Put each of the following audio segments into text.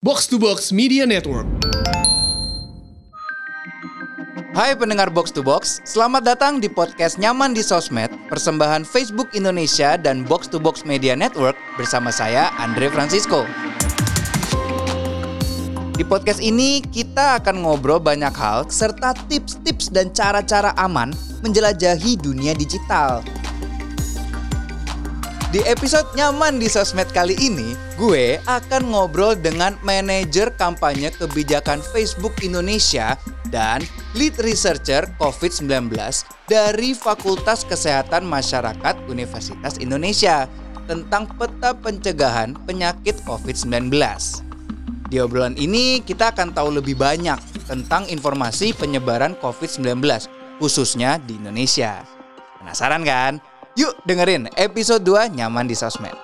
Box to Box Media Network. Hai pendengar Box to Box, selamat datang di podcast Nyaman di Sosmed, persembahan Facebook Indonesia dan Box to Box Media Network bersama saya, Andre Francisco. Di podcast ini, kita akan ngobrol banyak hal serta tips-tips dan cara-cara aman menjelajahi dunia digital. Di episode Nyaman di Sosmed kali ini, gue akan ngobrol dengan manajer kampanye kebijakan Facebook Indonesia dan lead researcher COVID-19 dari Fakultas Kesehatan Masyarakat Universitas Indonesia tentang peta pencegahan penyakit COVID-19. Di obrolan ini kita akan tahu lebih banyak tentang informasi penyebaran COVID-19, khususnya di Indonesia. Penasaran kan? Yuk dengerin episode 2 Nyaman di Sosmed.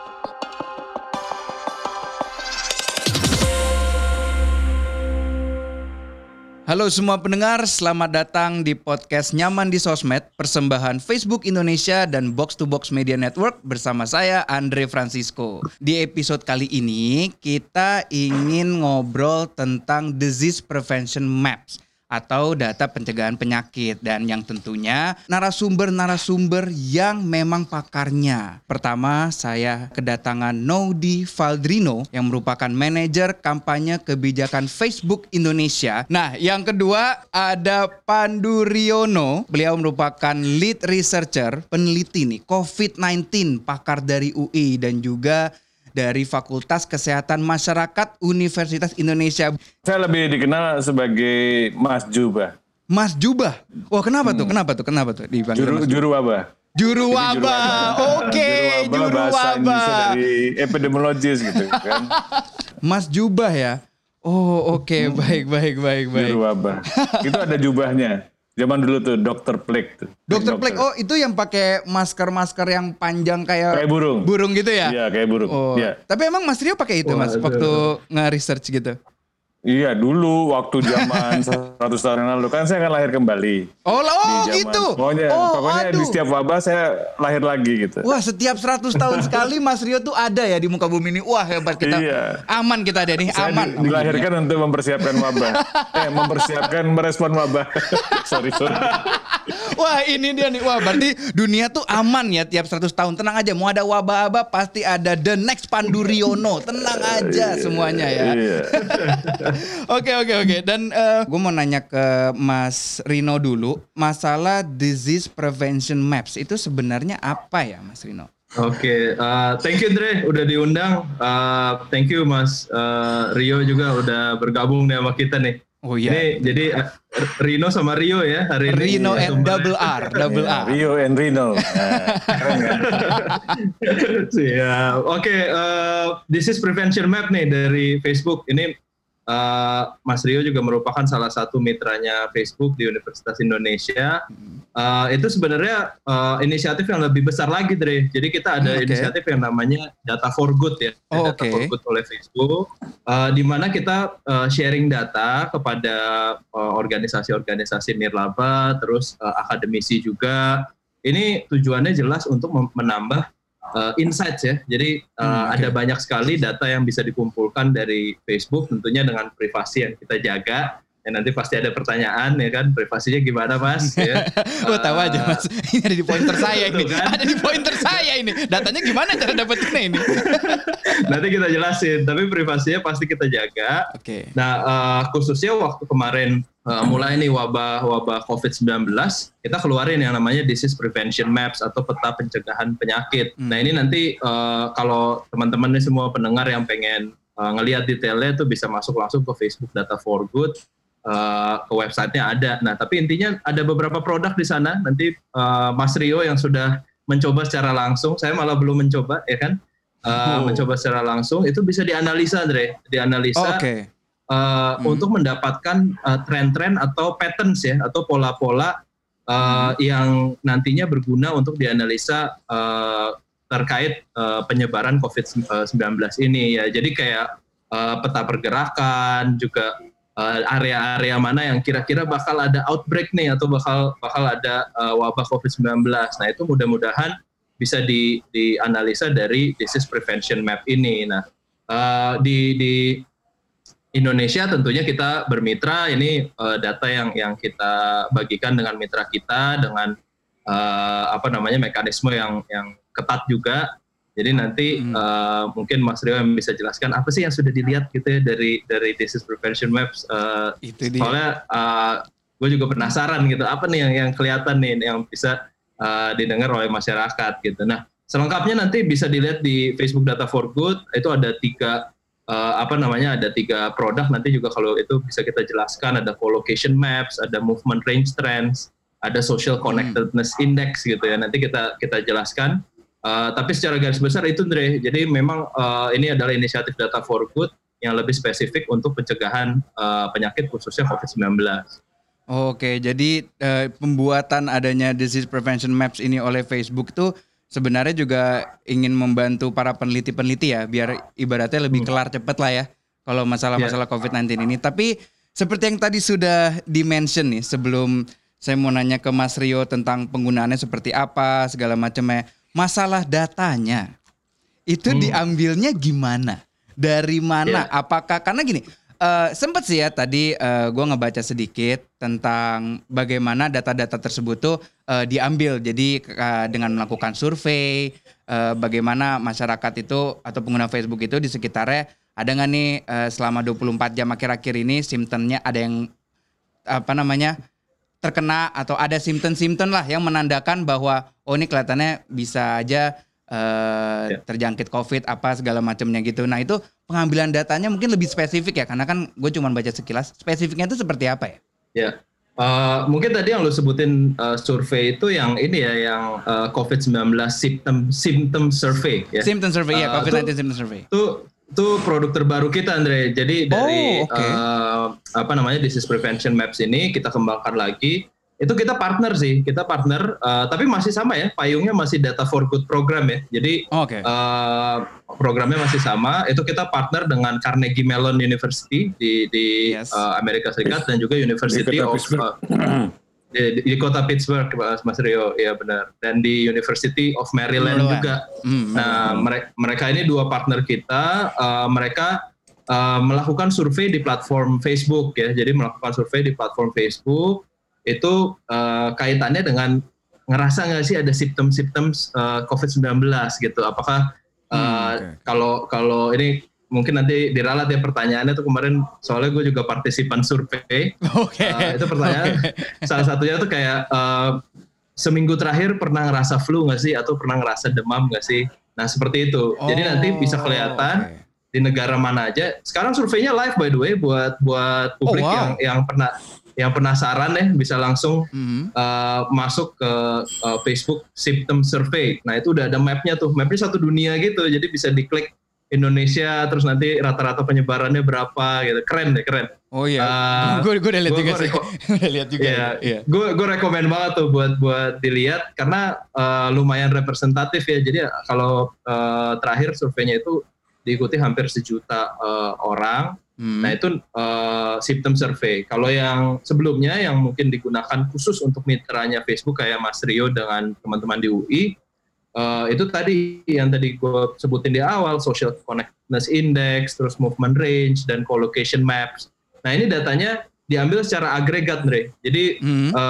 Halo semua pendengar, selamat datang di podcast Nyaman di Sosmed, persembahan Facebook Indonesia dan Box to Box Media Network bersama saya, Andre Francisco. Di episode kali ini, kita ingin ngobrol tentang Disease Prevention Maps atau data pencegahan penyakit, dan yang tentunya narasumber-narasumber yang memang pakarnya. Pertama, saya kedatangan Nodi Valdrino yang merupakan manajer kampanye kebijakan Facebook Indonesia. Nah, yang kedua ada Pandu Riono. Beliau merupakan lead researcher, peneliti nih COVID-19, pakar dari UI dan juga dari Fakultas Kesehatan Masyarakat Universitas Indonesia. Saya lebih dikenal sebagai Mas Jubah. Mas Jubah? Wah, kenapa tuh? Kenapa tuh dipanggil Juru wabah. Juru wabah. Oke, juru bahasa Indonesia wabah. dari epidemiologis gitu kan. Mas Jubah ya? Oh, oke. Baik. Juru wabah. Itu ada jubahnya. Zaman dulu tuh Dr. Plague tuh. Dr. Plague, oh itu yang pakai masker yang panjang kayak burung. Burung gitu ya? Iya, kayak burung. Oh. Iya. Tapi emang Mas Rio pakai itu, Mas, waktu nge-research gitu? Iya, dulu waktu zaman 100 tahun yang lalu kan saya kan lahir kembali. Oh gitu. Pokoknya di setiap wabah saya lahir lagi gitu. Wah, setiap 100 tahun sekali Mas Rio tuh ada ya di muka bumi ini. Wah, hebat kita. Iya. Aman kita ada nih, Saya aman. dilahirkan untuk mempersiapkan wabah. Mempersiapkan merespon wabah. sorry. Wah, ini dia nih. Wah, berarti dunia tuh aman ya tiap 100 tahun. Tenang aja, mau ada wabah apa pasti ada the next Pandu Riono. Tenang aja semuanya ya. Iya. Oke. Dan gue mau nanya ke Mas Rino dulu. Masalah Disease Prevention Maps itu sebenarnya apa ya, Mas Rino? Oke, thank you Dre udah diundang. Thank you Mas Rio juga udah bergabung nih sama kita nih. Oh iya. Ini jadi Rino sama Rio ya hari ini. Rino and double R. Rio and Rino. Keren kan? Siap. Oke, Disease Prevention Map nih dari Facebook. Ini Mas Rio juga merupakan salah satu mitranya Facebook di Universitas Indonesia. Itu sebenarnya inisiatif yang lebih besar lagi, Dre. Jadi kita ada inisiatif yang namanya Data for Good ya. Data for Good oleh Facebook. Di mana kita sharing data kepada organisasi-organisasi nirlaba, terus akademisi juga. Ini tujuannya jelas untuk menambah insights ya. Jadi ada banyak sekali data yang bisa dikumpulkan dari Facebook, tentunya dengan privasi yang kita jaga. Ya nanti pasti ada pertanyaan ya kan, privasinya gimana Mas? Ya. Gue tahu aja Mas, ini ada di pointer saya ini. Kan? Ada di pointer saya ini. Datanya gimana cara dapetinnya ini? Nanti kita jelasin, tapi privasinya pasti kita jaga. Oke. Nah khususnya waktu kemarin mulai nih wabah COVID-19, kita keluarin yang namanya Disease Prevention Maps atau peta pencegahan penyakit. Nah ini nanti kalau teman-teman nih semua pendengar yang pengen ngelihat detailnya tuh bisa masuk langsung ke Facebook Data for Good, ke websitenya ada. Nah tapi intinya ada beberapa produk di sana. Nanti Mas Rio yang sudah mencoba secara langsung, saya malah belum mencoba ya kan, mencoba secara langsung itu bisa dianalisa, Andre, dianalisa. Untuk mendapatkan tren-tren atau patterns ya, atau pola-pola yang nantinya berguna untuk dianalisa terkait penyebaran COVID-19 ini ya. Jadi kayak peta pergerakan juga, area-area mana yang kira-kira bakal ada outbreak nih atau bakal ada wabah COVID-19. Nah itu mudah-mudahan bisa dianalisa dari Disease Prevention Map ini. Nah di Indonesia tentunya kita bermitra, ini data yang kita bagikan dengan mitra kita dengan mekanisme yang ketat juga. Jadi nanti mungkin Mas Rio yang bisa jelaskan apa sih yang sudah dilihat gitu ya dari Disease Prevention Maps. Itu dia. Soalnya gue juga penasaran gitu, apa nih yang kelihatan nih yang bisa didengar oleh masyarakat gitu. Nah, selengkapnya nanti bisa dilihat di Facebook Data for Good. Itu ada ada 3 produk, nanti juga kalau itu bisa kita jelaskan. Ada co-location maps, ada movement range trends, ada social connectedness index gitu ya. Nanti kita jelaskan. Tapi secara garis besar itu Andre, jadi memang ini adalah inisiatif Data for Good yang lebih spesifik untuk pencegahan penyakit khususnya COVID-19. Oke, jadi pembuatan adanya Disease Prevention Maps ini oleh Facebook itu sebenarnya juga ingin membantu para peneliti-peneliti ya, biar ibaratnya lebih kelar cepat lah ya kalau masalah-masalah COVID-19 ini. Tapi seperti yang tadi sudah di-mention nih, sebelum saya mau nanya ke Mas Rio tentang penggunaannya seperti apa, segala macamnya. Masalah datanya itu diambilnya gimana? Dari mana? Apakah karena gini, sempet sih ya tadi gue ngebaca sedikit tentang bagaimana data-data tersebut tuh diambil. Jadi dengan melakukan survei, bagaimana masyarakat itu atau pengguna Facebook itu di sekitarnya ada nggak nih selama 24 jam akhir-akhir ini simptomnya ada yang terkena atau ada simptom-simptom lah yang menandakan bahwa ini kelihatannya bisa aja terjangkit COVID apa segala macamnya gitu. Nah itu pengambilan datanya mungkin lebih spesifik ya, karena kan gue cuma baca sekilas. Spesifiknya itu seperti apa ya? Ya, mungkin tadi yang lo sebutin survei itu yang ini ya, yang COVID-19 symptom survey ya. Symptom survey ya, COVID-19 symptom survey. Itu produk terbaru kita Andre. Jadi dari Disease Prevention Maps ini kita kembangkan lagi. Itu kita partner sih, tapi masih sama ya, payungnya masih Data for Good program ya. Jadi programnya masih sama. Itu kita partner dengan Carnegie Mellon University di Amerika Serikat dan juga University of di kota Pittsburgh, Mas Rio, ya benar. Dan di University of Maryland juga. Nah, mereka ini 2 partner kita. Mereka melakukan survei di platform Facebook ya. Jadi melakukan survei di platform Facebook itu kaitannya dengan ngerasa nggak sih ada simptom-simptom COVID-19 gitu. Apakah kalau ini mungkin nanti diralat ya pertanyaannya tuh kemarin, soalnya gue juga partisipan survei. Itu pertanyaan salah satunya tuh kayak seminggu terakhir pernah ngerasa flu nggak sih atau pernah ngerasa demam nggak sih? Nah seperti itu. Jadi nanti bisa kelihatan di negara mana aja. Sekarang surveinya live by the way buat publik yang penasaran ya, bisa langsung masuk ke Facebook Symptom Survey. Nah itu udah ada mapnya tuh, mapnya satu dunia gitu, jadi bisa diklik Indonesia, terus nanti rata-rata penyebarannya berapa gitu. Keren deh, keren. Oh iya, gue udah lihat juga sih. Udah lihat juga. Iya. Gue rekomen banget tuh buat dilihat karena lumayan representatif ya. Jadi kalau terakhir surveinya itu diikuti hampir 1 juta orang. Nah itu symptom survey. Kalau yang sebelumnya yang mungkin digunakan khusus untuk mitranya Facebook kayak Mas Rio dengan teman-teman di UI, itu tadi yang tadi gue sebutin di awal, social connectedness index, terus movement range dan co-location maps. Nah ini datanya diambil secara agregat, Andre. Jadi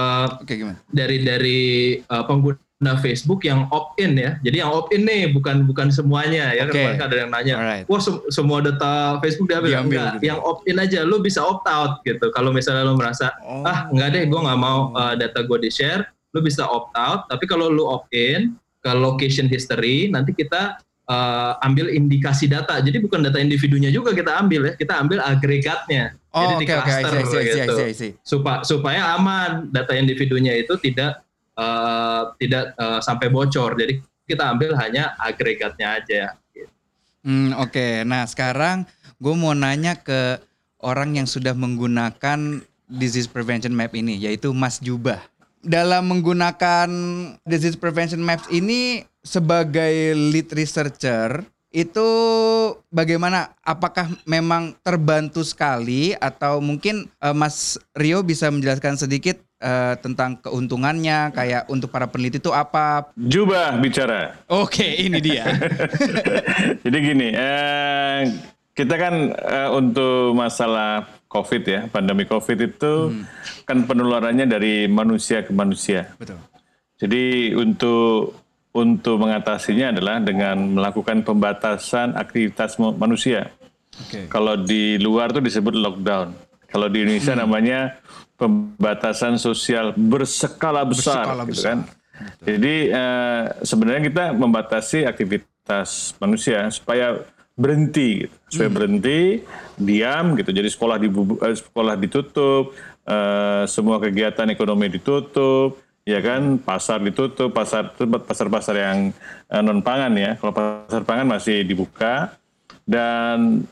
dari pengguna Facebook yang opt-in ya. Jadi yang opt-in nih bukan semuanya ya. Kan ada yang nanya, wah semua data Facebook diambil. Enggak, gitu. Yang opt-in aja. Lu bisa opt-out gitu. Kalau misalnya lu merasa, enggak deh, gue nggak mau data gue di-share, lu bisa opt-out. Tapi kalau lu opt-in ke location history, nanti kita ambil indikasi data. Jadi bukan data individunya juga kita ambil ya, kita ambil agregatnya. Jadi di cluster gitu. Supaya aman, data individunya itu tidak sampai bocor. Jadi kita ambil hanya agregatnya aja. Gitu. Nah sekarang gue mau nanya ke orang yang sudah menggunakan Disease Prevention Map ini, yaitu Mas Jubah. Dalam menggunakan Disease Prevention Maps ini sebagai lead researcher, itu bagaimana? Apakah memang terbantu sekali atau mungkin Mas Rio bisa menjelaskan sedikit tentang keuntungannya, kayak untuk para peneliti itu apa? Jubah bicara. Oke, ini dia. Jadi gini, Kita kan untuk masalah COVID ya, pandemi COVID itu kan penularannya dari manusia ke manusia. Betul. Jadi untuk mengatasinya adalah dengan melakukan pembatasan aktivitas manusia. Oke. Kalau di luar tuh disebut lockdown. Kalau di Indonesia namanya pembatasan sosial berskala besar, Berskala gitu besar. kan. Jadi sebenarnya kita membatasi aktivitas manusia supaya berhenti, gitu. Supaya berhenti, diam, gitu. Jadi sekolah ditutup, semua kegiatan ekonomi ditutup, ya kan, pasar ditutup, pasar-pasar yang non pangan ya. Kalau pasar pangan masih dibuka dan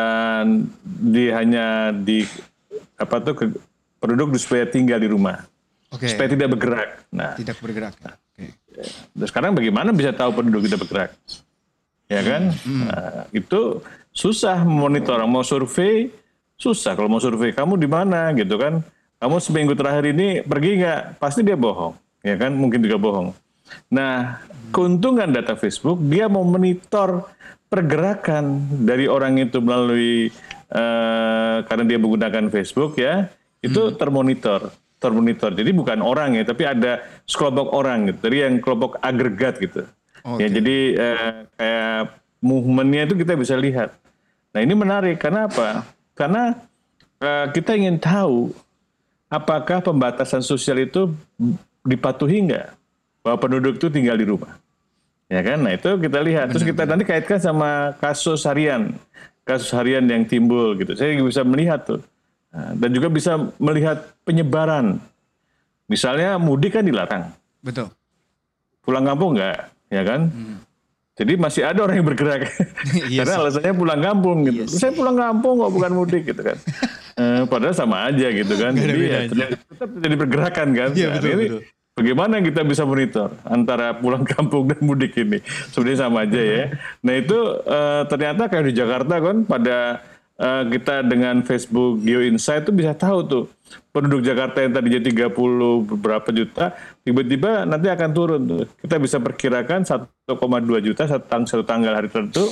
hanya penduduk supaya tinggal di rumah, Oke. supaya tidak bergerak. Nah, Tidak bergerak. Oke. dan sekarang bagaimana bisa tahu penduduk tidak bergerak? Ya kan? Nah, itu susah memonitor. Mau survei, susah. Kalau mau survei, kamu di mana gitu kan? Kamu seminggu terakhir ini pergi nggak? Pasti dia bohong. Ya kan? Mungkin juga bohong. Nah, keuntungan data Facebook, dia mau monitor pergerakan dari orang itu melalui, karena dia menggunakan Facebook ya, itu termonitor. Jadi bukan orang ya, tapi ada sekelompok orang gitu. Jadi yang kelompok agregat gitu. Oke. Ya, jadi kayak movementnya itu kita bisa lihat. Nah ini menarik, karena apa? Karena kita ingin tahu apakah pembatasan sosial itu dipatuhi nggak, bahwa penduduk itu tinggal di rumah. Ya kan? Nah itu kita lihat. Terus kita nanti kaitkan sama kasus harian yang timbul gitu. Saya bisa melihat tuh. Nah, dan juga bisa melihat penyebaran. Misalnya mudik kan dilarang. Betul. Pulang kampung nggak, ya kan? Jadi masih ada orang yang bergerak. Iya Karena sih. alasannya pulang kampung gitu. Iya sih. Saya pulang kampung kok, bukan mudik gitu kan. Padahal sama aja gitu kan. Nggak ada Jadi ya, bedanya. tetap terjadi pergerakan kan. Iya, Nah, betul, ini betul. bagaimana kita bisa monitor antara pulang kampung dan mudik ini? Sebenarnya sama aja ya. Nah itu ternyata kayak di Jakarta kan, pada kita dengan Facebook GeoInsight itu bisa tahu tuh penduduk Jakarta yang tadinya 30 berapa juta, tiba-tiba nanti akan turun tuh. Kita bisa perkirakan 1,2 juta satu tanggal hari tertentu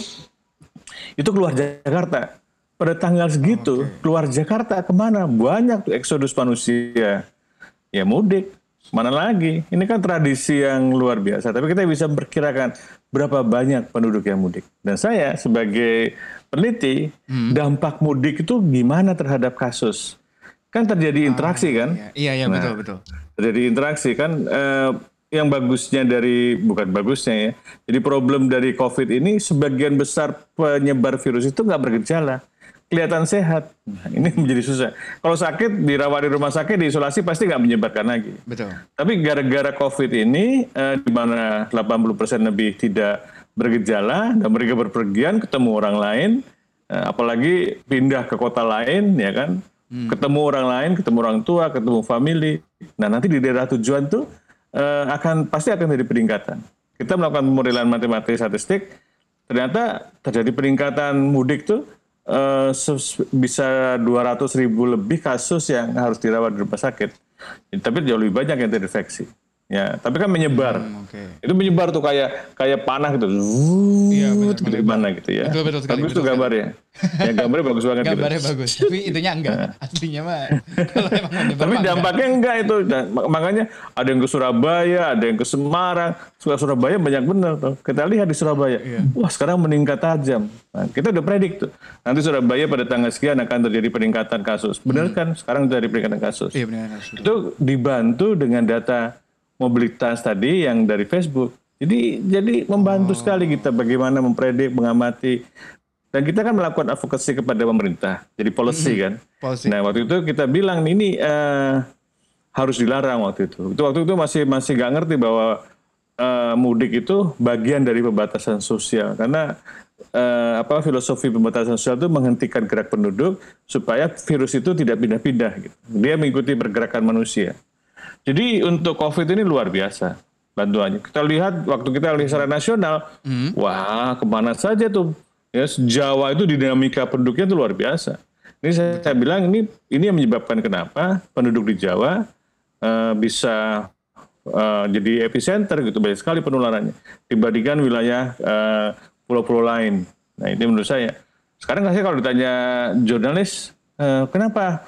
itu keluar Jakarta. Pada tanggal segitu keluar Jakarta kemana? Banyak tuh eksodus manusia. Ya mudik. Mana lagi? Ini kan tradisi yang luar biasa. Tapi kita bisa perkirakan berapa banyak penduduk yang mudik. Dan saya sebagai peneliti, dampak mudik itu gimana terhadap kasus? Kan terjadi interaksi kan? Iya, Nah, betul. Terjadi interaksi kan, yang bagusnya bukan bagusnya ya. Jadi problem dari COVID ini, sebagian besar penyebar virus itu nggak bergejala. Kelihatan sehat. Nah, ini menjadi susah. Kalau sakit, dirawat di rumah sakit, diisolasi, pasti nggak menyebarkan lagi. Betul. Tapi gara-gara COVID ini, di mana 80% lebih tidak bergejala, dan mereka berpergian, ketemu orang lain, apalagi pindah ke kota lain, ya kan, ketemu orang lain, ketemu orang tua, ketemu family. Nah nanti di daerah tujuan tuh pasti akan terjadi peningkatan. Kita melakukan pemodelan matematik statistik, ternyata terjadi peningkatan mudik tuh bisa 200.000 lebih kasus yang harus dirawat di rumah sakit. Tapi jauh lebih banyak yang terinfeksi. Ya, tapi kan menyebar. Oke. Itu menyebar tuh kayak panah gitu. Iya, benar, Gitu gimana gitu ya. Betul sekali, Bagus betul tuh gambarnya. Ya, gambarnya bagus banget Gambarnya gitu. bagus, tapi itunya enggak. Aslinya mah kalau emang menyebar Tapi mah enggak. dampaknya enggak itu. Makanya ada yang ke Surabaya, ada yang ke Semarang. Surabaya banyak bener tuh. Kita lihat di Surabaya. Wah, sekarang meningkat tajam. Nah, kita udah predik tuh. Nanti Surabaya pada tanggal sekian akan terjadi peningkatan kasus. Bener kan? Sekarang terjadi peningkatan kasus. Iya benar. Itu dibantu dengan data mobilitas tadi yang dari Facebook. Jadi membantu sekali kita bagaimana mempredik, mengamati. Dan kita kan melakukan advokasi kepada pemerintah. Jadi policy kan. Policy. Nah waktu itu kita bilang ini harus dilarang waktu itu. Waktu itu masih nggak ngerti bahwa mudik itu bagian dari pembatasan sosial. Karena filosofi pembatasan sosial itu menghentikan gerak penduduk supaya virus itu tidak pindah-pindah. Gitu. Dia mengikuti pergerakan manusia. Jadi untuk COVID ini luar biasa bantuannya. Kita lihat waktu kita lihat secara nasional, wah kemana saja tuh. Ya, Jawa itu dinamika penduduknya itu luar biasa. Ini saya bilang ini yang menyebabkan kenapa penduduk di Jawa bisa jadi epicenter gitu, banyak sekali penularannya dibandingkan wilayah pulau-pulau lain. Nah ini menurut saya. Sekarang saya kalau ditanya jurnalis, kenapa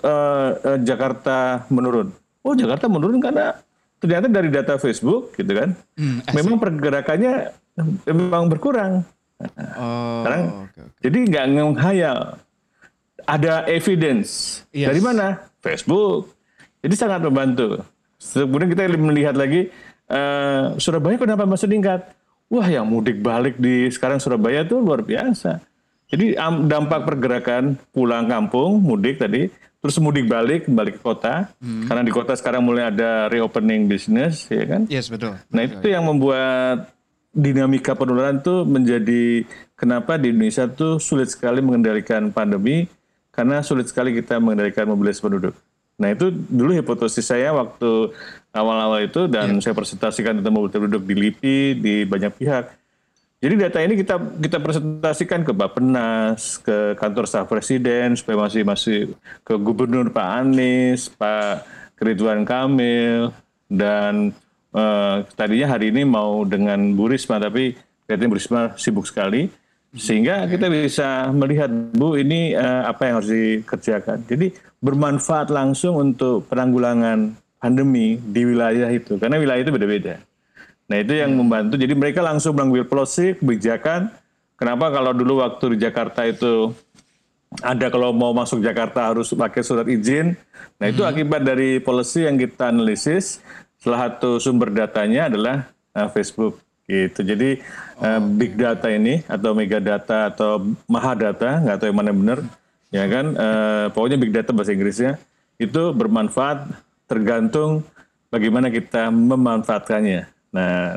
Jakarta menurun? Oh, Jakarta menurun karena ternyata dari data Facebook gitu kan, memang pergerakannya memang berkurang. Sekarang jadi nggak menghayal, ada evidence. Dari mana? Facebook. Jadi sangat membantu. Kemudian kita melihat lagi Surabaya kenapa masih meningkat? Wah, yang mudik balik di sekarang Surabaya tuh luar biasa. Jadi dampak pergerakan pulang kampung, mudik tadi, terus mudik balik kembali ke kota, karena di kota sekarang mulai ada reopening bisnis, ya kan? Yes, betul. Nah, itu yang membuat dinamika penularan tuh menjadi kenapa di Indonesia tuh sulit sekali mengendalikan pandemi, karena sulit sekali kita mengendalikan mobilitas penduduk. Nah, itu dulu hipotesis saya waktu awal-awal itu, dan saya presentasikan tentang mobilitas penduduk di LIPI, di banyak pihak. Jadi data ini kita presentasikan ke Bappenas, ke kantor staf presiden, supaya masih ke Gubernur Pak Anies, Pak Ridwan Kamil, dan tadinya hari ini mau dengan Bu Risma, tapi kayaknya Bu Risma sibuk sekali, sehingga kita bisa melihat, Bu, ini apa yang harus dikerjakan. Jadi bermanfaat langsung untuk penanggulangan pandemi di wilayah itu, karena wilayah itu beda-beda. Nah, itu yang membantu. Jadi mereka langsung mengambil policy, kebijakan. Kenapa kalau dulu waktu di Jakarta itu ada kalau mau masuk Jakarta harus pakai surat izin. Nah, itu akibat dari policy yang kita analisis. Salah satu sumber datanya adalah Facebook. Gitu. Jadi big data ini atau mega data atau maha data, nggak tahu yang mana benar. Ya kan, pokoknya big data bahasa Inggrisnya itu bermanfaat tergantung bagaimana kita memanfaatkannya. Nah,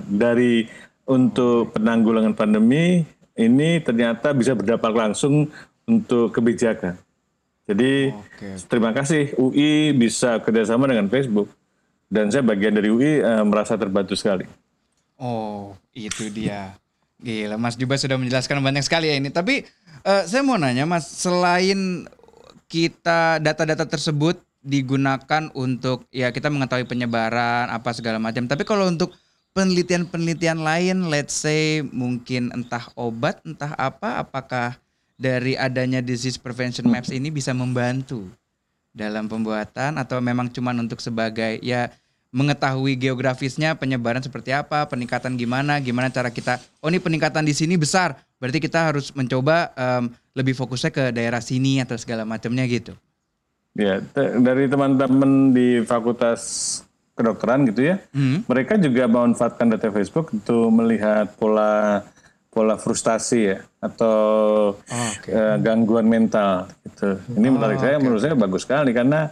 untuk penanggulangan pandemi ini ternyata bisa berdampak langsung untuk kebijakan. Jadi terima kasih UI bisa kerjasama dengan Facebook, dan saya bagian dari UI merasa terbantu sekali. Oh, itu dia. Gila, Mas Juba sudah menjelaskan banyak sekali ya ini. Tapi saya mau nanya, Mas, selain kita data-data tersebut digunakan untuk ya kita mengetahui penyebaran apa segala macam. Tapi kalau untuk penelitian-penelitian lain, let's say mungkin entah obat, entah apa, apakah dari adanya disease prevention maps ini bisa membantu dalam pembuatan atau memang cuma untuk sebagai ya mengetahui geografisnya penyebaran seperti apa, peningkatan gimana cara kita, oh ini peningkatan di sini besar, berarti kita harus mencoba lebih fokusnya ke daerah sini atau segala macamnya gitu. Ya, dari teman-teman di Fakultas Kedokteran gitu ya, mereka juga memanfaatkan data Facebook untuk melihat pola frustasi ya atau gangguan mental gitu. Ini menurut saya bagus sekali karena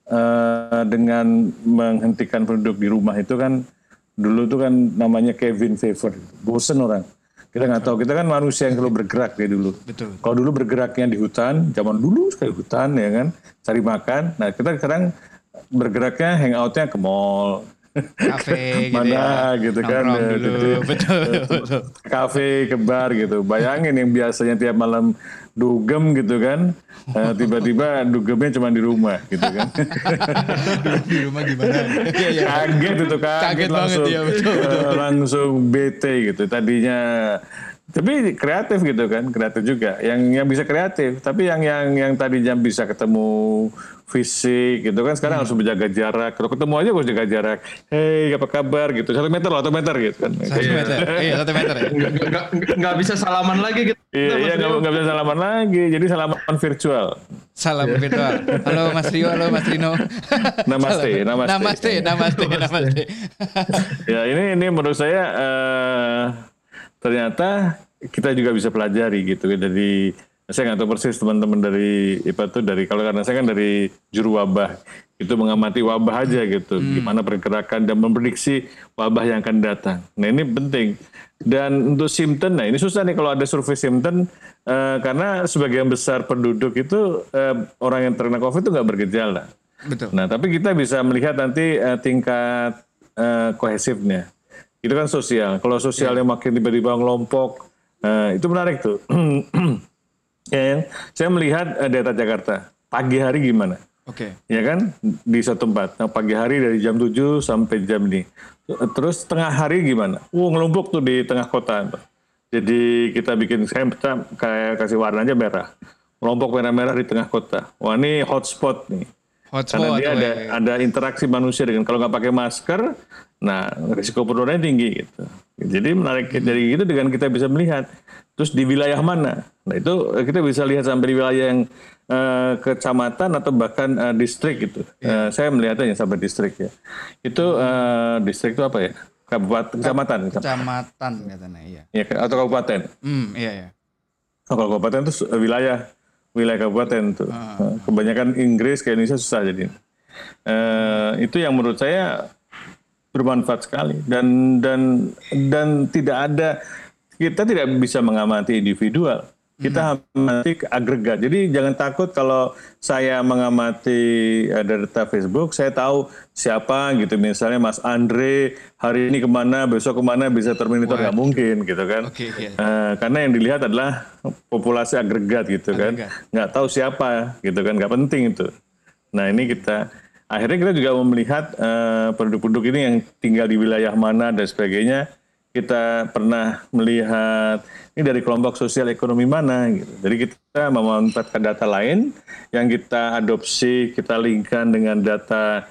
dengan menghentikan penduduk di rumah itu kan dulu tuh kan namanya Kevin Fever, bosen orang. Kita nggak tahu, kita kan manusia yang selalu bergerak ya dulu. Betul. Kalau dulu bergeraknya di hutan, zaman dulu sekali hutan ya kan, cari makan. Nah kita sekarang bergeraknya hangoutnya ke mall, kafe gitu mana ya. gitu kan, betul. kafe, ke bar gitu. Bayangin yang biasanya tiap malam dugem gitu kan, tiba-tiba dugemnya cuma di rumah gitu kan. Di rumah gimana? Kaget itu, kaget langsung, banget, ya, betul. Langsung bete gitu tadinya. Tapi kreatif gitu kan, kreatif juga. Yang bisa kreatif, tapi yang tadinya bisa ketemu fisik gitu kan, sekarang harus menjaga jarak. Kalau ketemu aja harus jaga jarak. Hei, apa kabar gitu. 1 meter loh, 1 meter gitu kan. 1 meter. Iya, 1 meter ya. Nggak bisa salaman lagi gitu. Iya, nggak bisa salaman lagi. Jadi salaman virtual. Salam virtual. Halo Mas Rio, halo Mas Rino. Namaste. Ya, ini menurut saya ternyata kita juga bisa pelajari gitu. Jadi saya nggak tahu persis teman-teman dari IPA itu karena saya kan dari juru wabah, itu mengamati wabah aja gitu, gimana pergerakan dan memprediksi wabah yang akan datang. Nah ini penting. Dan untuk simptom, nah ini susah nih kalau ada survei simptom karena sebagian besar penduduk itu orang yang terkena COVID itu nggak bergejala. Betul. Nah tapi kita bisa melihat nanti tingkat kohesifnya. Itu kan sosial. Kalau sosialnya makin tiba-tiba ngelompok, itu menarik tuh. Saya melihat data Jakarta. Pagi hari gimana? Oke. Ya kan? Di satu tempat. Nah, pagi hari dari jam 7 sampai jam ini. Terus tengah hari gimana? Ngelompok tuh di tengah kota. Jadi kita bikin kita kayak kasih warna aja merah. Kelompok merah-merah di tengah kota. Wah ini hotspot nih. Karena dia ada interaksi manusia dengan kalau nggak pakai masker, nah risiko penularannya tinggi gitu. Jadi menarik dari itu dengan kita bisa melihat. Terus di wilayah mana? Nah itu kita bisa lihat sampai di wilayah yang kecamatan atau bahkan distrik gitu. Saya melihatnya sampai distrik ya. Itu distrik itu apa ya? Kecamatan katanya, iya. Ya, atau kabupaten. Iya. Kalau kabupaten itu wilayah kabupaten tuh. Kebanyakan Inggris ke Indonesia susah jadi. Itu yang menurut saya bermanfaat sekali dan tidak ada, kita tidak bisa mengamati individual. Kita mengamati agregat. Jadi jangan takut kalau saya mengamati data Facebook, saya tahu siapa gitu. Misalnya Mas Andre hari ini kemana, besok kemana, bisa termonitor, nggak mungkin gitu kan. Karena yang dilihat adalah populasi agregat gitu kan. Nggak tahu siapa gitu kan, nggak penting itu. Nah ini akhirnya kita juga mau melihat penduduk-penduduk ini yang tinggal di wilayah mana dan sebagainya. Kita pernah melihat ini dari kelompok sosial ekonomi mana gitu. Jadi kita memanfaatkan data lain yang kita adopsi, kita linkkan dengan data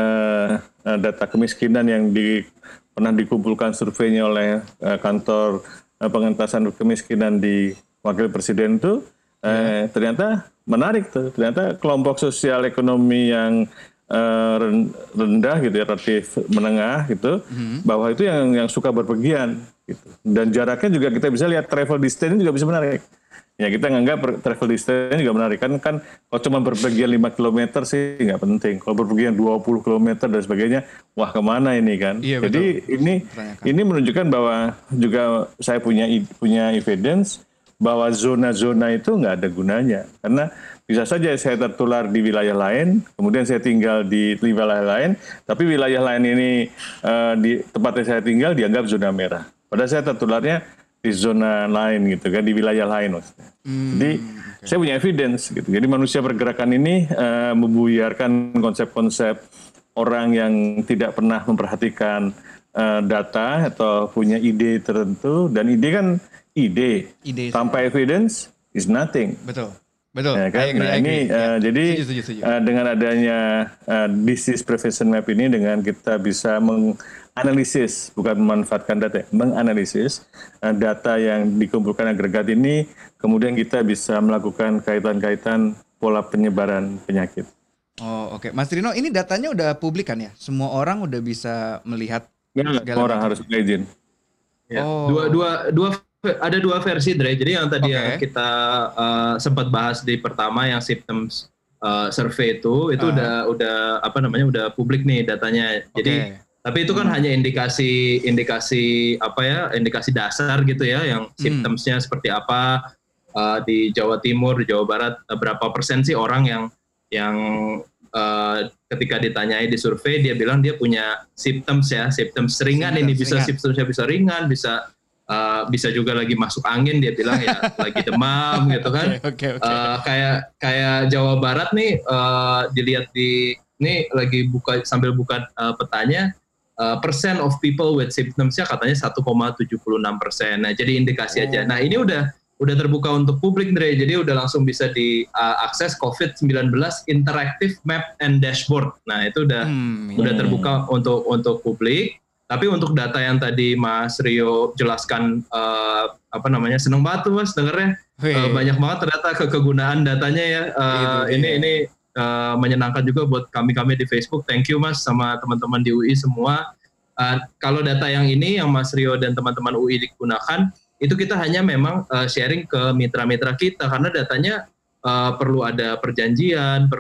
kemiskinan yang pernah dikumpulkan surveinya oleh kantor pengentasan kemiskinan di Wakil Presiden itu. Ternyata menarik tuh. Ternyata kelompok sosial ekonomi yang rendah gitu ya, relatif menengah gitu, bawah itu yang suka berpergian gitu. Dan jaraknya juga kita bisa lihat, travel distance juga bisa menarik. Ya kita nganggap travel distance juga menarik kan kalau cuma berpergian 5 km sih nggak penting. Kalau berpergian 20 km dan sebagainya, wah kemana ini kan? Iya, jadi ini menunjukkan bahwa juga saya punya evidence bahwa zona-zona itu nggak ada gunanya karena bisa saja saya tertular di wilayah lain, kemudian saya tinggal di wilayah lain, tapi wilayah lain ini di tempatnya saya tinggal dianggap zona merah. Padahal saya tertularnya di zona lain gitu kan, di wilayah lain maksudnya. Jadi saya punya evidence gitu. Jadi manusia pergerakan ini membuyarkan konsep-konsep orang yang tidak pernah memperhatikan data atau punya ide tertentu, dan ide kan ide tanpa evidence is nothing. Betul. Ya kan? Nah ini jadi setuju. Dengan adanya disease prevention map ini, dengan kita bisa menganalisis, bukan memanfaatkan data, menganalisis data yang dikumpulkan agregat ini, kemudian kita bisa melakukan kaitan-kaitan pola penyebaran penyakit. Oh oke. Mas Rino, ini datanya udah publik kan ya? Semua orang udah bisa melihat. Ya, orang harus punya izin. Ya. Ada dua versi, Dre. Jadi yang tadi yang kita sempat bahas di pertama, yang symptoms survey itu udah publik nih datanya. Jadi tapi itu kan hanya indikasi dasar gitu ya, yang symptomsnya seperti apa di Jawa Timur, di Jawa Barat, berapa persen sih orang yang ketika ditanyai di survei dia bilang dia punya symptoms ringan. Symptomsnya bisa ringan, bisa juga lagi masuk angin, dia bilang ya lagi demam gitu kan. Kayak Jawa Barat nih, dilihat ini lagi sambil buka petanya, percent of people with symptoms-nya katanya 1,76%. Nah jadi indikasi aja. Nah ini udah terbuka untuk publik, Dre. Jadi udah langsung bisa diakses COVID-19 Interactive Map and Dashboard. Nah itu udah terbuka untuk publik. Tapi untuk data yang tadi Mas Rio jelaskan, seneng banget tuh Mas dengernya. Banyak banget ternyata kegunaan datanya ya. Ini menyenangkan juga buat kami di Facebook. Thank you Mas, sama teman-teman di UI semua. Kalau data yang ini yang Mas Rio dan teman-teman UI digunakan, itu kita hanya memang sharing ke mitra-mitra kita, karena datanya perlu ada perjanjian,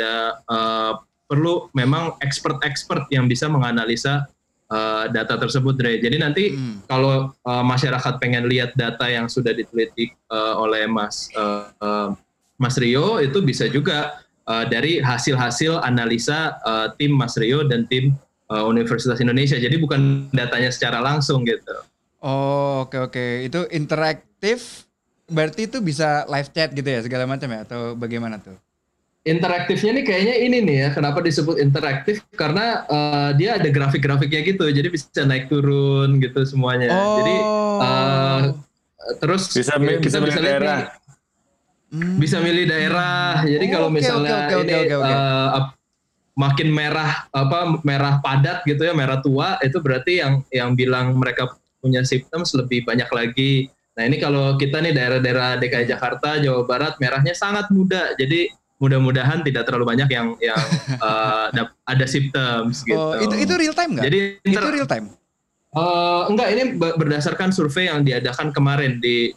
perlu memang expert yang bisa menganalisa data tersebut, Dre. Jadi nanti kalau masyarakat pengen lihat data yang sudah diteliti oleh Mas Rio, itu bisa juga dari hasil-hasil analisa tim Mas Rio dan tim Universitas Indonesia. Jadi bukan datanya secara langsung gitu. Oh, oke. Itu interaktif, berarti itu bisa live chat gitu ya, segala macam ya, atau bagaimana tuh? Interaktifnya nih kayaknya ini nih ya, kenapa disebut interaktif? Karena dia ada grafik-grafiknya gitu, jadi bisa naik turun gitu semuanya. Jadi terus Bisa ya, bisa kita milih bisa lihat daerah. nih, bisa milih daerah. Jadi kalau Oke, misalnya oke. ini makin merah padat gitu ya, merah tua, itu berarti yang bilang mereka punya symptoms lebih banyak lagi. Nah ini kalau kita nih daerah-daerah DKI Jakarta, Jawa Barat, merahnya sangat muda. Jadi mudah-mudahan tidak terlalu banyak yang ada symptoms gitu. Oh, itu real time nggak? Jadi Itu real time. enggak, ini berdasarkan survei yang diadakan kemarin di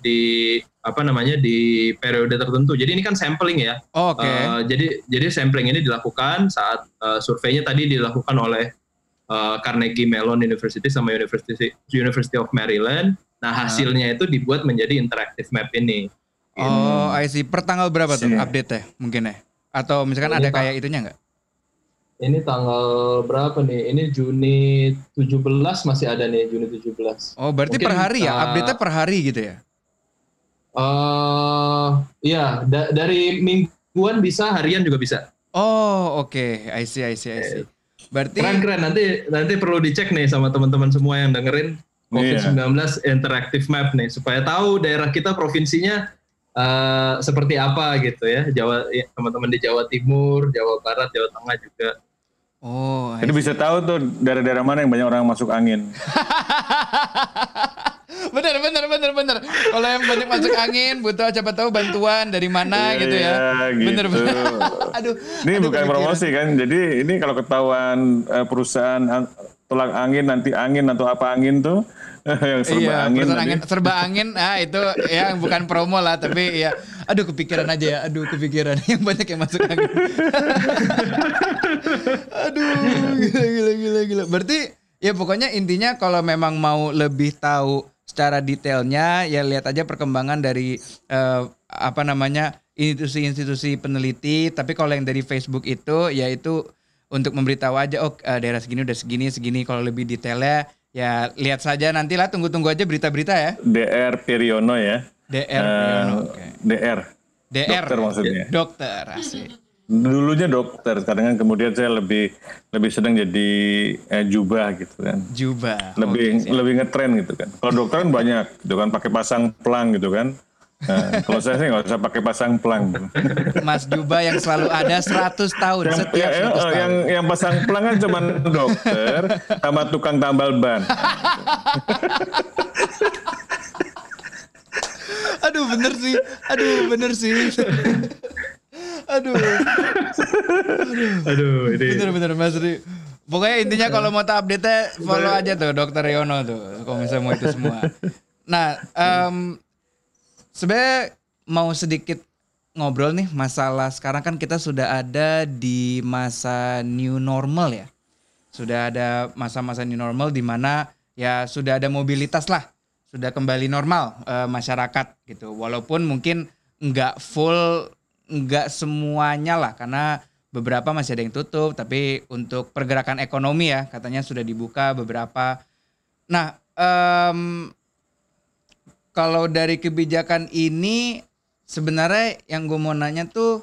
periode tertentu. Jadi ini kan sampling ya. Oh, oke. Jadi sampling ini dilakukan saat surveinya tadi dilakukan oleh Carnegie Mellon University sama University of Maryland. Nah hasilnya itu dibuat menjadi interactive map ini. Oh, I see. Per tanggal berapa tuh Iya. update-nya mungkin ya? Atau misalkan ada kayak itunya nggak? Ini tanggal berapa nih? Ini Juni 17 masih ada nih, Juni 17. Oh, berarti Mungkin, per hari ya? Update-nya per hari gitu ya? Iya, dari mingguan bisa, harian juga bisa. Oh, oke. I see. Berarti Keren. Nanti perlu dicek nih sama teman-teman semua yang dengerin COVID-19 Interactive Map nih, supaya tahu daerah kita provinsinya seperti apa gitu ya. Teman-teman di Jawa Timur, Jawa Barat, Jawa Tengah juga. oh, I Jadi bisa tahu tuh daerah-daerah mana yang banyak orang masuk angin. bener. Kalau yang banyak masuk angin, butuh siapa tahu bantuan dari mana gitu ya. Gitu. Bener. Aduh. Ini bukan kepikiran. promosi kan. Jadi ini kalau ketahuan perusahaan tolak angin, nanti angin atau apa angin tuh yang serba Iya, angin. perusahaan nanti. angin, serba angin. Itu ya bukan promo lah, tapi ya, aduh kepikiran aja ya. Aduh kepikiran yang banyak yang masuk angin. Aduh, gila. Berarti ya pokoknya intinya kalau memang mau lebih tahu secara detailnya, ya lihat aja perkembangan dari institusi-institusi peneliti. Tapi kalau yang dari Facebook itu, ya itu untuk memberitahu aja, daerah segini udah segini. Kalau lebih detailnya, ya lihat saja nantilah, tunggu aja berita-berita ya. DR Piryono ya. DR Priyono, oke. DR. DR Dokter maksudnya. Dokter, asik. Dulunya dokter, kadang kan kemudian saya lebih senang jadi jubah gitu kan. Jubah. Lebih ngetren gitu kan. Kalau dokter kan banyak gitu kan, pakai pasang pelang gitu kan. Nah, kalau saya sih nggak usah pakai pasang pelang. Mas Jubah yang selalu ada 100 tahun setiap 100 tahun. Yang pasang pelang kan cuma dokter sama tukang tambal ban. Aduh bener sih. Aduh Aduh, ini. bener Mas Ri. Pokoknya intinya kalau mau tahu update-nya follow aja tuh Dokter Yono tuh. Kalau misalnya mau itu semua. Nah, sebenarnya mau sedikit ngobrol nih masalah sekarang kan kita sudah ada di masa new normal ya. Sudah ada masa-masa new normal di mana ya sudah ada mobilitas lah. Sudah kembali normal masyarakat gitu. Walaupun mungkin nggak full, nggak semuanya lah karena beberapa masih ada yang tutup. Tapi untuk pergerakan ekonomi ya katanya sudah dibuka beberapa. Nah, kalau dari kebijakan ini sebenarnya yang gue mau nanya tuh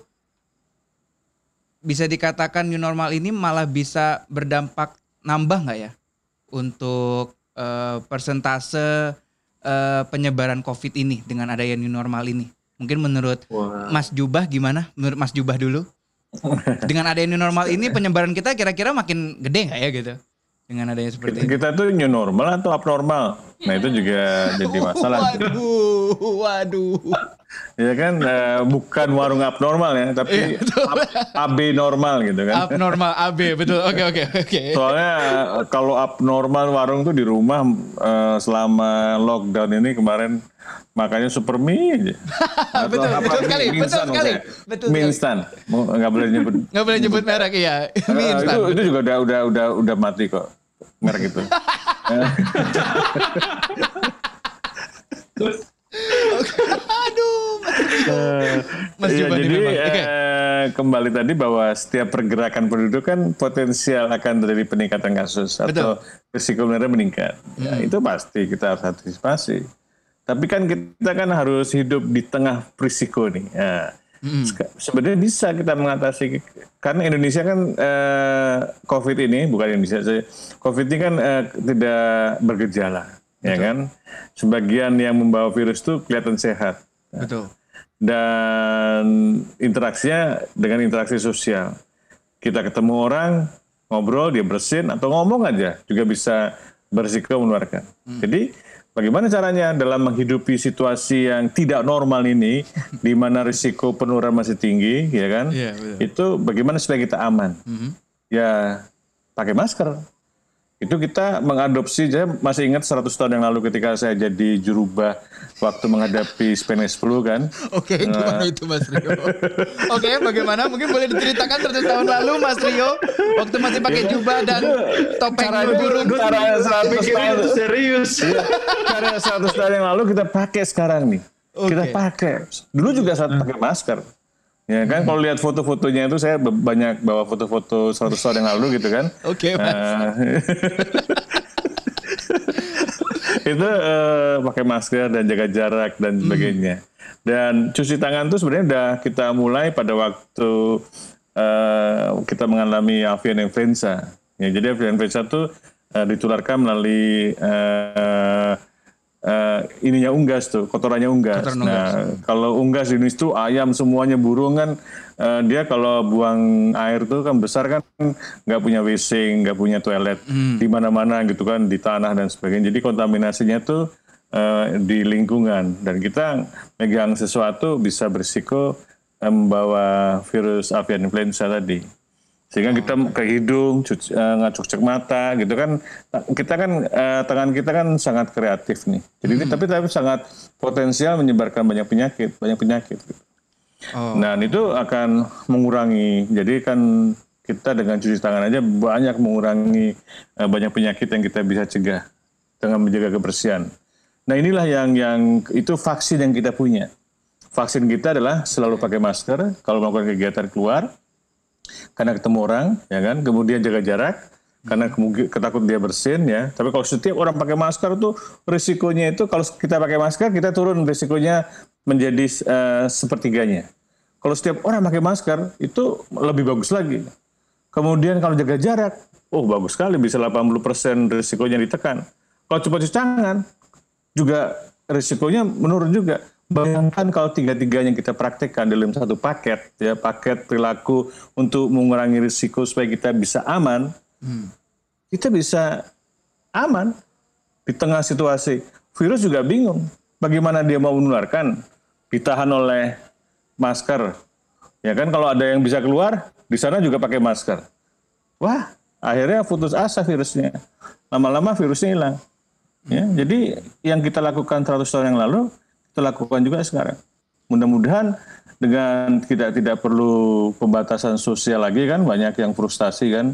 bisa dikatakan new normal ini malah bisa berdampak nambah nggak ya untuk persentase penyebaran COVID ini dengan adanya new normal ini? Mungkin menurut Mas Jubah gimana? Menurut Mas Jubah dulu. Dengan adanya new normal ini penyebaran kita kira-kira makin gede nggak ya gitu? Dengan adanya seperti ini. Kita tuh new normal atau abnormal? Nah itu juga jadi masalah. Waduh. Ya kan bukan warung abnormal ya, tapi AB normal gitu kan. Abnormal AB, betul. Oke. Soalnya kalau abnormal warung tuh di rumah selama lockdown ini kemarin makanya super mie aja. Betul sekali. Mie instan. Nggak boleh nyebut. Nggak boleh nyebut merek ya. Mie instan. Itu juga udah mati kok merek itu. Aduh, Mas Iya, Jubah jadi memang. Oke. kembali tadi bahwa setiap pergerakan penduduk kan potensial akan terjadi peningkatan kasus atau risiko penularan meningkat. Ya, itu pasti kita harus antisipasi. Tapi kan kita kan harus hidup di tengah risiko nih. Ya, sebenarnya bisa kita mengatasi karena Indonesia kan COVID ini bukan Indonesia, COVID ini kan tidak bergejala. ya kan? Sebagian yang membawa virus itu kelihatan sehat. Betul. Dan interaksinya dengan interaksi sosial. Kita ketemu orang, ngobrol, dia bersin, atau ngomong aja juga bisa berisiko menularkan. Jadi bagaimana caranya dalam menghidupi situasi yang tidak normal ini, di mana risiko penularan masih tinggi, ya kan? Iya, betul. Itu bagaimana supaya kita aman? Ya pakai masker. Itu kita mengadopsi, saya masih ingat 100 tahun yang lalu ketika saya jadi jurubah waktu menghadapi Spanish flu kan. Oke, gimana itu Mas Rio? Oke, bagaimana? Mungkin boleh diceritakan 100 tahun lalu Mas Rio waktu masih pakai jubah dan topeng burung. Cara 100 tahun serius. Cara 100 tahun yang lalu kita pakai sekarang nih. Kita pakai. Dulu juga saat pakai masker. Ya kan, kalau lihat foto-fotonya itu saya banyak bawa foto-foto 100 tahun yang lalu gitu kan. Oke, Mas. Itu pakai masker dan jaga jarak dan sebagainya. Dan cuci tangan itu sebenarnya udah kita mulai pada waktu kita mengalami avian influenza. Ya, jadi avian influenza itu ditularkan melalui ininya unggas tuh, kotorannya unggas. Kalau unggas di Indonesia tuh ayam semuanya, burung kan, dia kalau buang air tuh kan besar kan, nggak punya WC, nggak punya toilet di mana-mana gitu kan, di tanah dan sebagainya. Jadi kontaminasinya tuh di lingkungan, dan kita megang sesuatu bisa berisiko membawa virus avian influenza tadi. Sehingga kita ke hidung, ngacuk-cek mata gitu kan. Kita kan, tangan kita kan sangat kreatif nih. Jadi tapi sangat potensial menyebarkan banyak penyakit gitu. Nah, itu akan mengurangi. Jadi kan kita dengan cuci tangan aja banyak mengurangi banyak penyakit yang kita bisa cegah dengan menjaga kebersihan. Nah, inilah yang itu vaksin yang kita punya. Vaksin kita adalah selalu pakai masker kalau melakukan kegiatan keluar, karena ketemu orang, ya kan, kemudian jaga jarak, karena ketakut dia bersin, ya. Tapi kalau setiap orang pakai masker tuh risikonya itu, kalau kita pakai masker kita turun risikonya menjadi sepertiganya. Kalau setiap orang pakai masker itu lebih bagus lagi. Kemudian kalau jaga jarak, bagus sekali, bisa 80% risikonya ditekan. Kalau cuma cuci tangan juga risikonya menurun juga. Bayangkan kalau tiga-tiganya kita praktekkan dalam satu paket, ya, paket perilaku untuk mengurangi risiko supaya kita bisa aman, kita bisa aman di tengah situasi. Virus juga bingung, bagaimana dia mau menularkan, ditahan oleh masker. Ya kan, kalau ada yang bisa keluar, di sana juga pakai masker. Wah, akhirnya putus asa virusnya. Lama-lama virusnya hilang. Ya, jadi yang kita lakukan 100 tahun yang lalu, kita lakukan juga sekarang. Mudah-mudahan dengan tidak perlu pembatasan sosial lagi kan, banyak yang frustasi kan,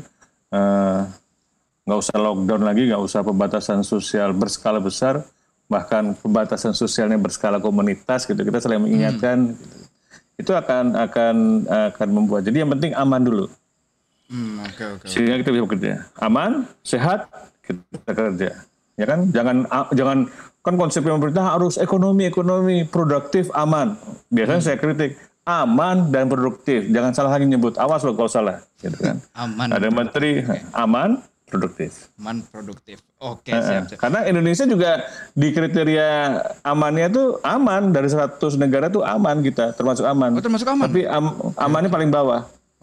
nggak usah lockdown lagi, nggak usah pembatasan sosial berskala besar, bahkan pembatasan sosialnya berskala komunitas gitu. Kita selalu mengingatkan, gitu. Itu akan membuat. Jadi yang penting aman dulu. Okay. Sehingga kita bisa bekerja aman, sehat, kita kerja. Ya kan, jangan kan konsep pemerintah harus ekonomi produktif, aman. Biasanya saya kritik aman dan produktif. Jangan salah lagi nyebut, awas loh kalau salah. Gitu kan. Aman. Ada menteri aman produktif. Aman produktif. Oke, siap. Karena Indonesia juga di kriteria amannya tuh aman, dari 100 negara tuh aman kita, termasuk aman. Termasuk aman. Tapi amannya paling bawah.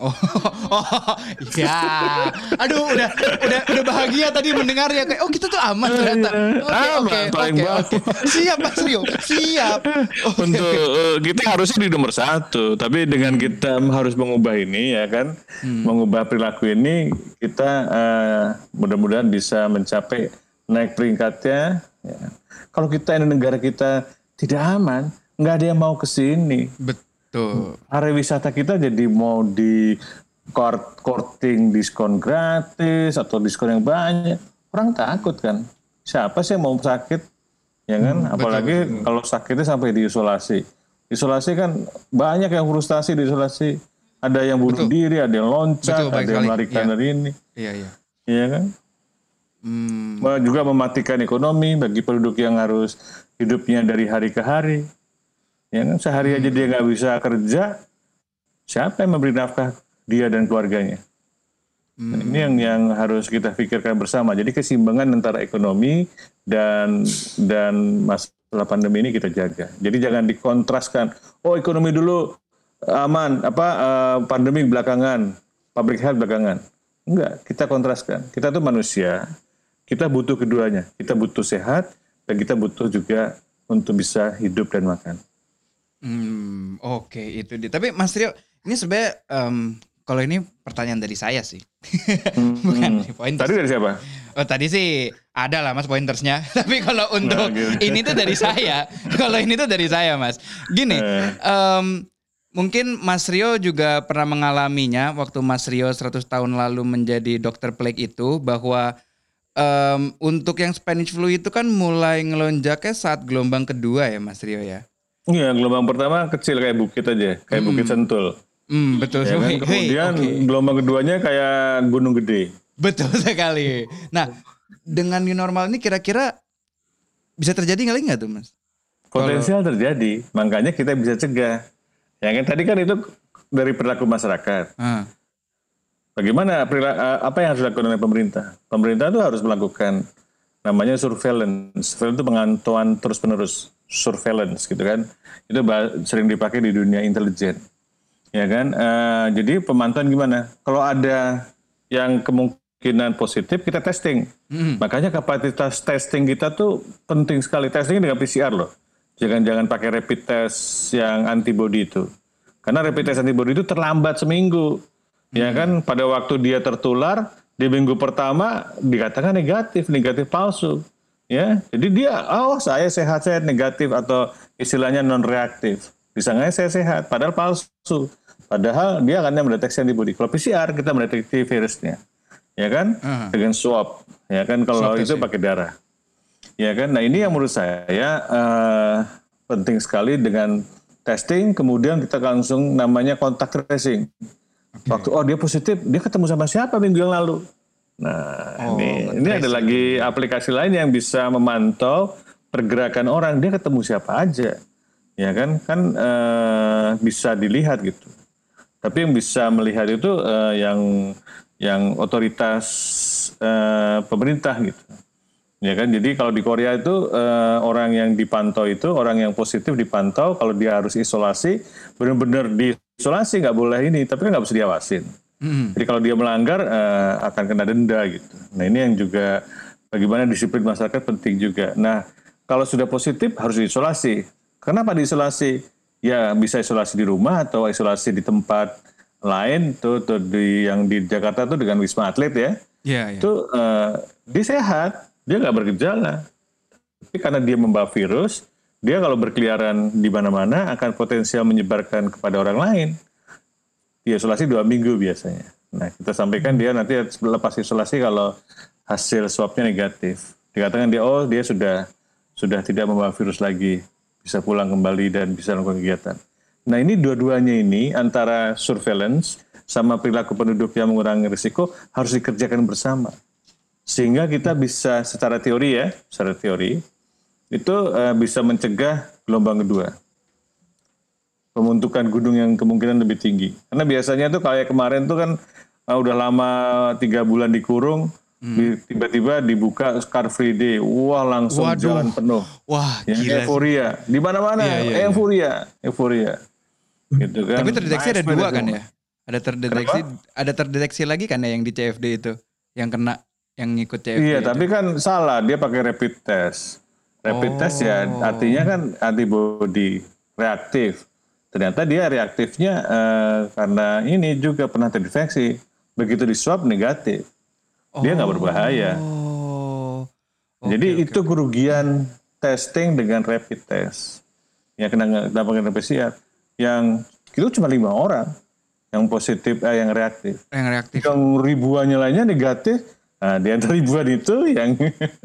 Ya. Aduh, udah bahagia tadi mendengar ya, kayak kita tuh aman ternyata. Oke. Siap Mas Rio, siap. Untuk kita harusnya di nomor 1, tapi dengan kita harus mengubah ini, ya kan, mengubah perilaku ini, kita mudah-mudahan bisa mencapai naik peringkatnya. Ya. Kalau kita ini negara kita tidak aman, nggak ada yang mau ke sini. Betul. Pariwisata kita jadi mau di courting diskon gratis atau diskon yang banyak, orang takut kan. Siapa sih yang mau sakit, ya kan? Apalagi betul. Kalau sakitnya sampai diisolasi. Isolasi kan banyak yang frustasi di isolasi. Ada yang bunuh diri, ada yang loncat, ada yang melarikan dari ini. Iya kan? Juga mematikan ekonomi bagi penduduk yang harus hidupnya dari hari ke hari. Ya kan, sehari aja dia nggak bisa kerja, siapa yang memberi nafkah dia dan keluarganya? Nah, ini yang harus kita pikirkan bersama. Jadi keseimbangan antara ekonomi dan masalah pandemi ini kita jaga. Jadi jangan dikontraskan. Oh, ekonomi dulu aman, pandemi belakangan, public health belakangan. Enggak, kita kontraskan. Kita tuh manusia, kita butuh keduanya. Kita butuh sehat dan kita butuh juga untuk bisa hidup dan makan. Oke, itu dia. Tapi Mas Rio, ini sebenarnya kalau ini pertanyaan dari saya sih. Bukan pointers. Tadi dari siapa? Oh, tadi sih ada lah Mas pointersnya. Tapi kalau untuk ini tuh dari saya. Kalau ini tuh dari saya, Mas. Gini, mungkin Mas Rio juga pernah mengalaminya waktu Mas Rio 100 tahun lalu menjadi dokter plague itu, bahwa untuk yang Spanish flu itu kan mulai ngelonjaknya saat gelombang kedua ya Mas Rio ya? Iya, gelombang pertama kecil kayak bukit aja, kayak Bukit Sentul. Betul. Ya kan? Kemudian gelombang keduanya kayak gunung gede. Betul sekali. Nah, dengan new normal ini kira-kira bisa terjadi nggak tuh Mas? Potensial terjadi, makanya kita bisa cegah. Ya kan tadi kan itu dari perilaku masyarakat. Bagaimana apa yang harus dilakukan oleh pemerintah? Pemerintah itu harus melakukan namanya surveillance. Surveillance itu pemantauan terus-menerus, surveillance gitu kan. Itu sering dipakai di dunia intelijen. Ya kan, jadi pemantauan gimana? Kalau ada yang kemungkinan positif, kita testing. Makanya kapasitas testing kita tuh penting sekali. Testing dengan PCR loh. Jangan pakai rapid test yang antibody itu. Karena rapid test antibody itu terlambat seminggu. Ya kan, pada waktu dia tertular, di minggu pertama dikatakan negatif palsu. Ya, jadi dia, saya sehat negatif atau istilahnya non reaktif. Disangkanya saya sehat, padahal palsu. Padahal dia akan mendeteksi antibody. Kalau PCR kita mendeteksi virusnya, ya kan, dengan swab, ya kan. Kalau itu pakai darah, ya kan. Nah ini yang menurut saya penting sekali dengan testing. Kemudian kita langsung namanya kontak tracing. Waktu dia positif, dia ketemu sama siapa minggu yang lalu. Nah ini ada lagi aplikasi lain yang bisa memantau pergerakan orang. Dia ketemu siapa aja, ya kan bisa dilihat gitu. Tapi yang bisa melihat itu yang otoritas pemerintah gitu. Ya kan, jadi kalau di Korea itu orang yang dipantau itu, orang yang positif dipantau, kalau dia harus isolasi, benar-benar diisolasi, nggak boleh ini, tapi kan nggak bisa diawasin. Jadi kalau dia melanggar akan kena denda gitu. Nah ini yang juga bagaimana disiplin masyarakat penting juga. Nah kalau sudah positif harus diisolasi. Kenapa diisolasi? Ya bisa isolasi di rumah atau isolasi di tempat lain tuh yang di Jakarta tuh dengan Wisma Atlet ya. Itu dia sehat, dia nggak bergejala. Tapi karena dia membawa virus, dia kalau berkeliaran di mana-mana akan potensial menyebarkan kepada orang lain. Dia isolasi 2 minggu biasanya. Nah kita sampaikan dia nanti lepas isolasi kalau hasil swabnya negatif. Dikatakan dia sudah tidak membawa virus lagi. Bisa pulang kembali dan bisa melakukan kegiatan. Nah ini dua-duanya ini antara surveillance sama perilaku penduduk yang mengurangi risiko harus dikerjakan bersama. Sehingga kita bisa secara teori itu bisa mencegah gelombang kedua. Pembentukan gunung yang kemungkinan lebih tinggi. Karena biasanya tuh kayak kemarin tuh kan udah lama 3 bulan dikurung, tiba-tiba dibuka Car Free Day, langsung jalan penuh. Wah, gila. Euforia di mana-mana, euforia, gitu kan. Tapi terdeteksi ada 2 kan ya? Ada terdeteksi lagi kan ya yang di CFD itu, yang kena, yang ngikut CFD. Iya, itu. tapi kan salah, dia pakai rapid test. Rapid test ya artinya kan antibody reaktif. Ternyata dia reaktifnya karena ini juga pernah terinfeksi. Begitu di swab negatif. Dia nggak berbahaya. Jadi itu kerugian testing dengan rapid test. Ya kena pakai PCR. Yang itu cuma 5 orang yang positif, yang reaktif. Yang ribuannya lainnya negatif. Nah, di antara ribuan itu yang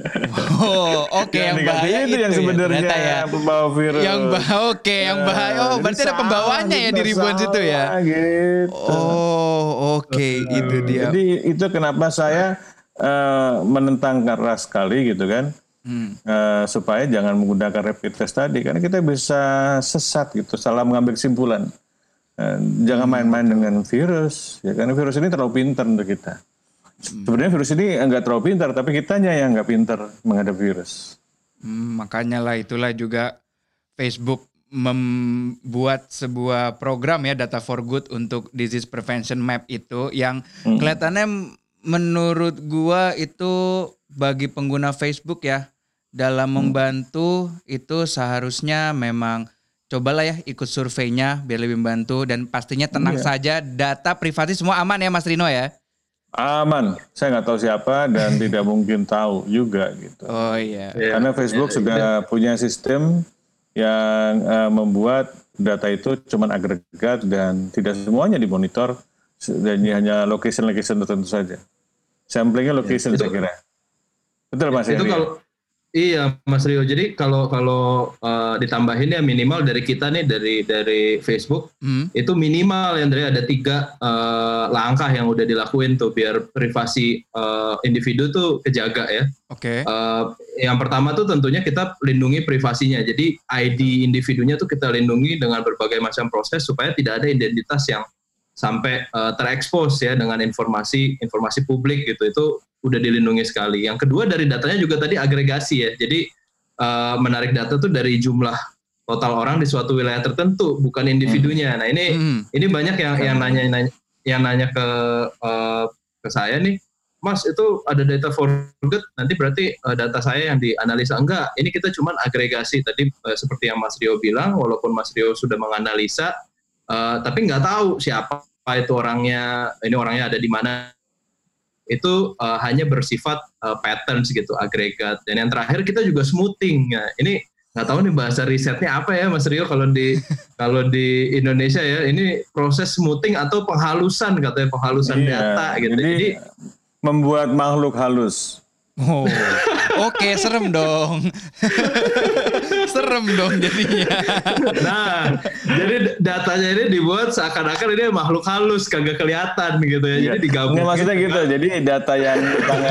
yang bahaya itu yang sebenarnya ya, pembawa virus. Yang bahaya. Berarti ada pembawanya ya di ribuan situ ya. Gitu. Itu dia. Jadi itu kenapa saya menentang keras sekali gitu kan. Supaya jangan menggunakan rapid test tadi, karena kita bisa sesat gitu, salah mengambil kesimpulan. Jangan main-main dengan virus, ya karena virus ini terlalu pintar untuk kita. Sebenarnya virus ini nggak terlalu pintar, tapi kitanya yang nggak pintar menghadapi virus. Makanya lah itulah juga Facebook membuat sebuah program ya Data for Good untuk disease prevention map itu yang kelihatannya menurut gua itu bagi pengguna Facebook ya dalam membantu itu seharusnya memang cobalah ya ikut surveinya biar lebih membantu dan pastinya tenang saja data privasi semua aman ya Mas Rino ya. Aman, saya nggak tahu siapa dan tidak mungkin tahu juga gitu. Oh iya. Karena Facebook sudah punya sistem yang membuat data itu cuma agregat dan tidak semuanya dimonitor dan hanya location tertentu saja. Samplingnya location saya kira. Betul Mas itu Heri? Iya Mas Rio. Jadi kalau ditambahin ya minimal dari kita nih dari Facebook itu minimal yang dari ada 3 langkah yang udah dilakuin tuh biar privasi individu tuh kejaga ya. Oke. Yang pertama tuh tentunya kita lindungi privasinya. Jadi ID individunya tuh kita lindungi dengan berbagai macam proses supaya tidak ada identitas yang sampai terekspos ya dengan informasi publik gitu. Itu udah dilindungi sekali. Yang kedua dari datanya juga tadi agregasi ya. Jadi menarik data tuh dari jumlah total orang di suatu wilayah tertentu, bukan individunya. Nah ini banyak yang nanya ke saya nih, Mas itu ada data for good, nanti berarti data saya yang dianalisa enggak? Ini kita cuman agregasi tadi seperti yang Mas Rio bilang, walaupun Mas Rio sudah menganalisa, tapi nggak tahu siapa itu orangnya, ini orangnya ada di mana. Itu hanya bersifat patterns gitu, agregat. Dan yang terakhir kita juga smoothing. Nah, ini nggak tahu nih bahasa risetnya apa ya Mas Rio kalau di Indonesia ya. Ini proses smoothing atau penghalusan katanya, penghalusan data gitu. Jadi membuat makhluk halus. Oh, oke, serem dong. Serem dong jadinya. Nah, jadi datanya ini dibuat seakan-akan ini makhluk halus, kagak kelihatan gitu ya. Jadi digabung. Maksudnya gitu. Jadi data yang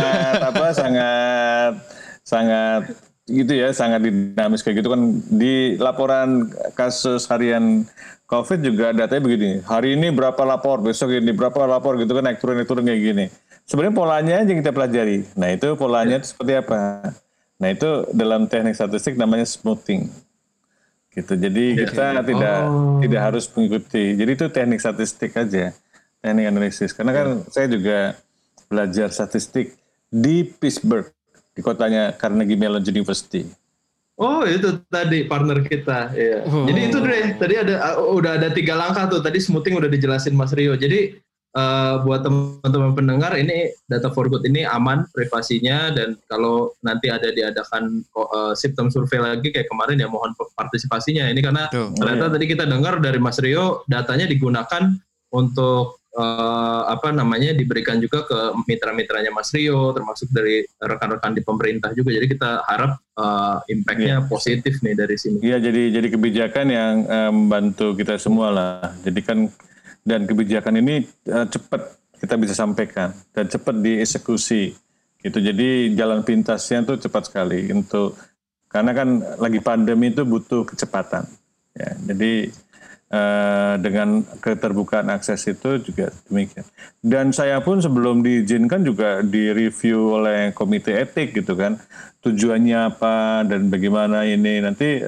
sangat gitu ya, sangat dinamis kayak gitu kan. Di laporan kasus harian COVID juga datanya begini. Hari ini berapa lapor, besok ini berapa lapor gitu kan, naik turun kayak gini. Sebenarnya polanya aja yang kita pelajari. Nah itu polanya itu seperti apa? Nah itu dalam teknik statistik namanya smoothing. Gitu. Jadi kita tidak harus mengikuti. Jadi itu teknik statistik aja, teknik analisis. Karena kan saya juga belajar statistik di Pittsburgh, di kotanya Carnegie Mellon University. Oh itu tadi partner kita. Ya. Jadi itu deh. Tadi udah ada 3 langkah tuh. Tadi smoothing udah dijelasin Mas Rio. Jadi buat teman-teman pendengar ini data for good ini aman privasinya dan kalau nanti ada diadakan simptom survei lagi kayak kemarin ya mohon partisipasinya ini karena ternyata tadi kita dengar dari Mas Rio datanya digunakan untuk diberikan juga ke mitra-mitranya Mas Rio termasuk dari rekan-rekan di pemerintah juga jadi kita harap impact-nya positif nih dari sini. Iya jadi kebijakan yang membantu kita semua lah. Jadi kan dan kebijakan ini cepat kita bisa sampaikan dan cepat dieksekusi gitu. Jadi jalan pintasnya tuh cepat sekali karena kan lagi pandemi itu butuh kecepatan ya. Jadi dengan keterbukaan akses itu juga demikian. Dan saya pun sebelum diizinkan juga direview oleh komite etik gitu kan. Tujuannya apa dan bagaimana ini nanti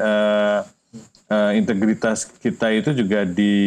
integritas kita itu juga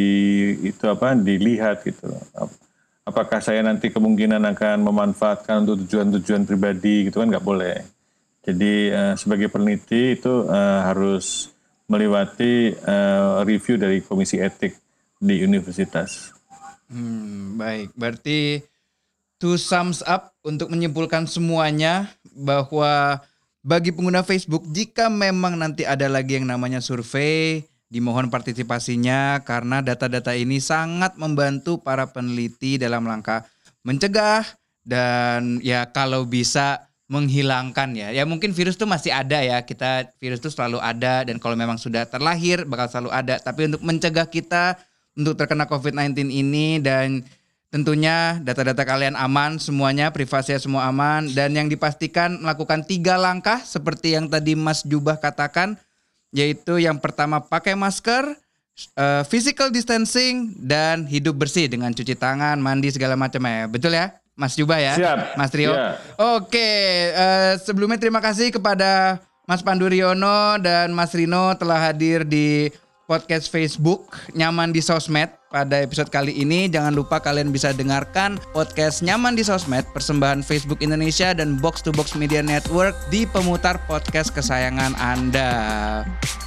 dilihat gitu. Apakah saya nanti kemungkinan akan memanfaatkan untuk tujuan-tujuan pribadi gitu kan nggak boleh. Jadi sebagai peneliti itu harus melewati review dari komisi etik di universitas. Baik, berarti to sums up untuk menyimpulkan semuanya bahwa bagi pengguna Facebook, jika memang nanti ada lagi yang namanya survei, dimohon partisipasinya karena data-data ini sangat membantu para peneliti dalam langkah mencegah dan ya kalau bisa menghilangkan ya. Ya mungkin virus itu masih ada ya, virus itu selalu ada dan kalau memang sudah terlahir bakal selalu ada. Tapi untuk mencegah kita untuk terkena COVID-19 ini dan tentunya data-data kalian aman semuanya, privasinya semua aman dan yang dipastikan melakukan 3 langkah seperti yang tadi Mas Jubah katakan yaitu yang pertama pakai masker, physical distancing dan hidup bersih dengan cuci tangan, mandi segala macam ya. Betul ya? Mas Juba ya. Siap. Mas Trio. Ya. Oke, sebelumnya terima kasih kepada Mas Pandu Riono dan Mas Rino telah hadir di podcast Facebook Nyaman di Sosmed pada episode kali ini. Jangan lupa kalian bisa dengarkan podcast Nyaman di Sosmed persembahan Facebook Indonesia dan Box to Box Media Network di pemutar podcast kesayangan Anda.